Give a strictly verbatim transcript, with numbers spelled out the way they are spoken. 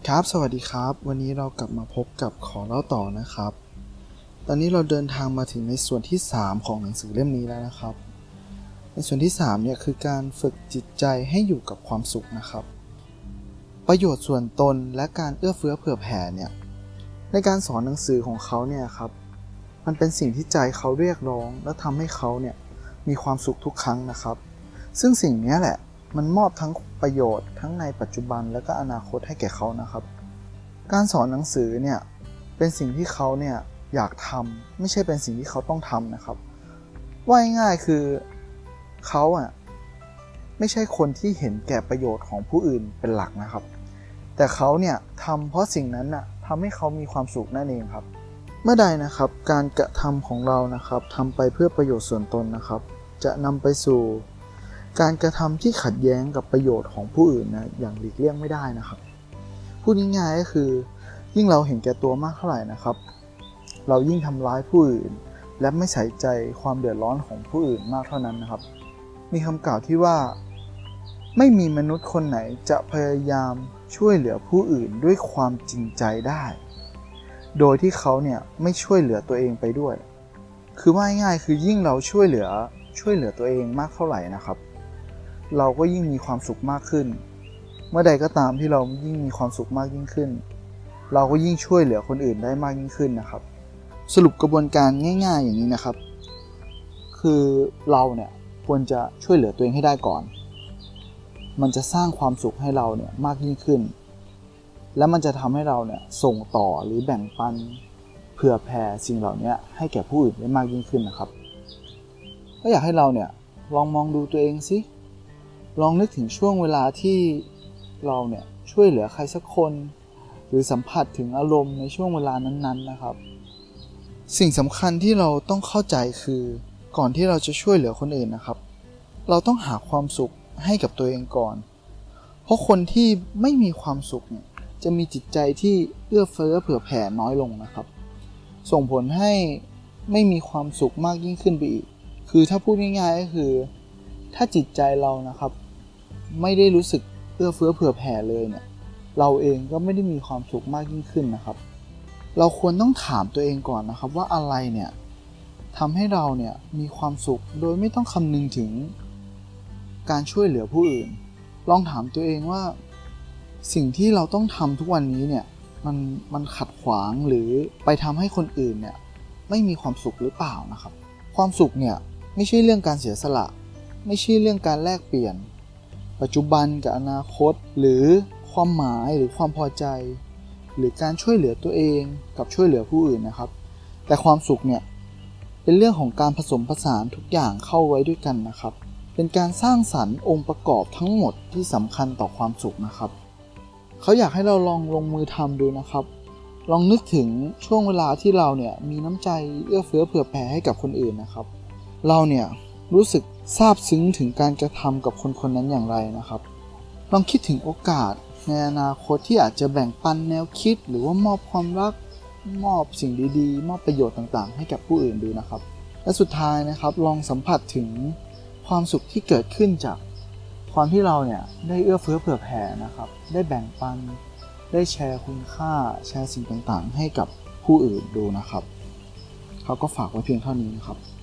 ครับสวัสดีครับวันนี้เรากลับมาพบกับขอเล่าต่อนะครับตอนนี้เราเดินทางมาถึงในส่วนที่สามของหนังสือเล่มนี้แล้วนะครับในส่วนที่สามเนี่ยคือการฝึกจิตใจให้อยู่กับความสุขนะครับประโยชน์ส่วนตนและการเอื้อเฟื้อเผื่อแผ่เนี่ยในการสอนหนังสือของเขาเนี่ยครับมันเป็นสิ่งที่ใจเขาเรียกร้องและทำให้เขาเนี่ยมีความสุขทุกครั้งนะครับซึ่งสิ่งนี้แหละมันมอบทั้งประโยชน์ทั้งในปัจจุบันและก็อนาคตให้แก่เขานะครับการสอนหนังสือเนี่ยเป็นสิ่งที่เขาเนี่ยอยากทำไม่ใช่เป็นสิ่งที่เขาต้องทำนะครับว่าง่ายๆคือเขาอ่ะไม่ใช่คนที่เห็นแก่ประโยชน์ของผู้อื่นเป็นหลักนะครับแต่เขาเนี่ยทำเพราะสิ่งนั้นน่ะทำให้เขามีความสุขนั่นเองครับเมื่อใดนะครับการกระทำของเรานะครับทำไปเพื่อประโยชน์ส่วนตนนะครับจะนำไปสู่การกระทำที่ขัดแย้งกับประโยชน์ของผู้อื่นนะอย่างหลีกเลี่ยงไม่ได้นะครับพูดง่ายๆก็คือยิ่งเราเห็นแก่ตัวมากเท่าไหร่นะครับเรายิ่งทำร้ายผู้อื่นและไม่ใส่ใจความเดือดร้อนของผู้อื่นมากเท่านั้นนะครับมีคำกล่าวที่ว่าไม่มีมนุษย์คนไหนจะพยายามช่วยเหลือผู้อื่นด้วยความจริงใจได้โดยที่เขาเนี่ยไม่ช่วยเหลือตัวเองไปด้วยคือว่าง่ายๆคือยิ่งเราช่วยเหลือช่วยเหลือตัวเองมากเท่าไหร่นะครับเราก็ยิ่งมีความสุขมากขึ้นเมื่อใดก็ตามที่เรายิ่งมีความสุขมากยิ่งขึ้นเราก็ยิ่งช่วยเหลือคนอื่นได้มากยิ่งขึ้นนะครับสรุปกระบวนการง่ายๆอย่างนี้นะครับคือเราเนี่ยควรจะช่วยเหลือตัวเองให้ได้ก่อนมันจะสร้างความสุขให้เราเนี่ยมากยิ่งขึ้นและมันจะทำให้เราเนี่ยส่งต่อหรือแบ่งปันเผื่อแผ่สิ่งเหล่านี้ให้แก่ผู้อื่นได้มากยิ่งขึ้นนะครับก็อยากให้เราเนี่ยลองมองดูตัวเองสิลองนึกถึงช่วงเวลาที่เราเนี่ยช่วยเหลือใครสักคนหรือสัมผัสถึงอารมณ์ในช่วงเวลานั้นๆนะครับสิ่งสำคัญที่เราต้องเข้าใจคือก่อนที่เราจะช่วยเหลือคนอื่นนะครับเราต้องหาความสุขให้กับตัวเองก่อนเพราะคนที่ไม่มีความสุขเนี่ยจะมีจิตใจที่เอื้อเฟื้อเผื่อแผ่น้อยลงนะครับส่งผลให้ไม่มีความสุขมากยิ่งขึ้นไปอีกคือถ้าพูดง่ายๆก็คือถ้าจิตใจเรานะครับไม่ได้รู้สึกเอื้อเฟื้อเผื่อแผ่เลยเนี่ยเราเองก็ไม่ได้มีความสุขมากยิ่งขึ้นนะครับเราควรต้องถามตัวเองก่อนนะครับว่าอะไรเนี่ยทำให้เราเนี่ยมีความสุขโดยไม่ต้องคำนึงถึงการช่วยเหลือผู้อื่นลองถามตัวเองว่าสิ่งที่เราต้องทำทุกวันนี้เนี่ยมันมันขัดขวางหรือไปทำให้คนอื่นเนี่ยไม่มีความสุขหรือเปล่านะครับความสุขเนี่ยไม่ใช่เรื่องการเสียสละไม่ใช่เรื่องการแลกเปลี่ยนปัจจุบันกับอนาคตหรือความหมายหรือความพอใจหรือการช่วยเหลือตัวเองกับช่วยเหลือผู้อื่นนะครับแต่ความสุขเนี่ยเป็นเรื่องของการผสมผสานทุกอย่างเข้าไว้ด้วยกันนะครับเป็นการสร้างสรรค์องค์ประกอบทั้งหมดที่สำคัญต่อความสุขนะครับเขาอยากให้เราลองลงมือทำดูนะครับลองนึกถึงช่วงเวลาที่เราเนี่ยมีน้ำใจเอื้อเฟื้อเผื่อแผ่ให้กับคนอื่นนะครับเราเนี่ยรู้สึกซาบซึ้งถึงการกระทำกับคนคนนั้นอย่างไรนะครับลองคิดถึงโอกาสในอนาคตที่อาจจะแบ่งปันแนวคิดหรือว่ามอบความรักมอบสิ่งดีๆมอบประโยชน์ต่างๆให้กับผู้อื่นดูนะครับและสุดท้ายนะครับลองสัมผัสถึงความสุขที่เกิดขึ้นจากความที่เราเนี่ยได้เอื้อเฟื้อเผื่อแผ่นะครับได้แบ่งปันได้แชร์คุณค่าแชร์สิ่งต่างๆให้กับผู้อื่นดูนะครับเขาก็ฝากไว้เพียงเท่านี้นะครับ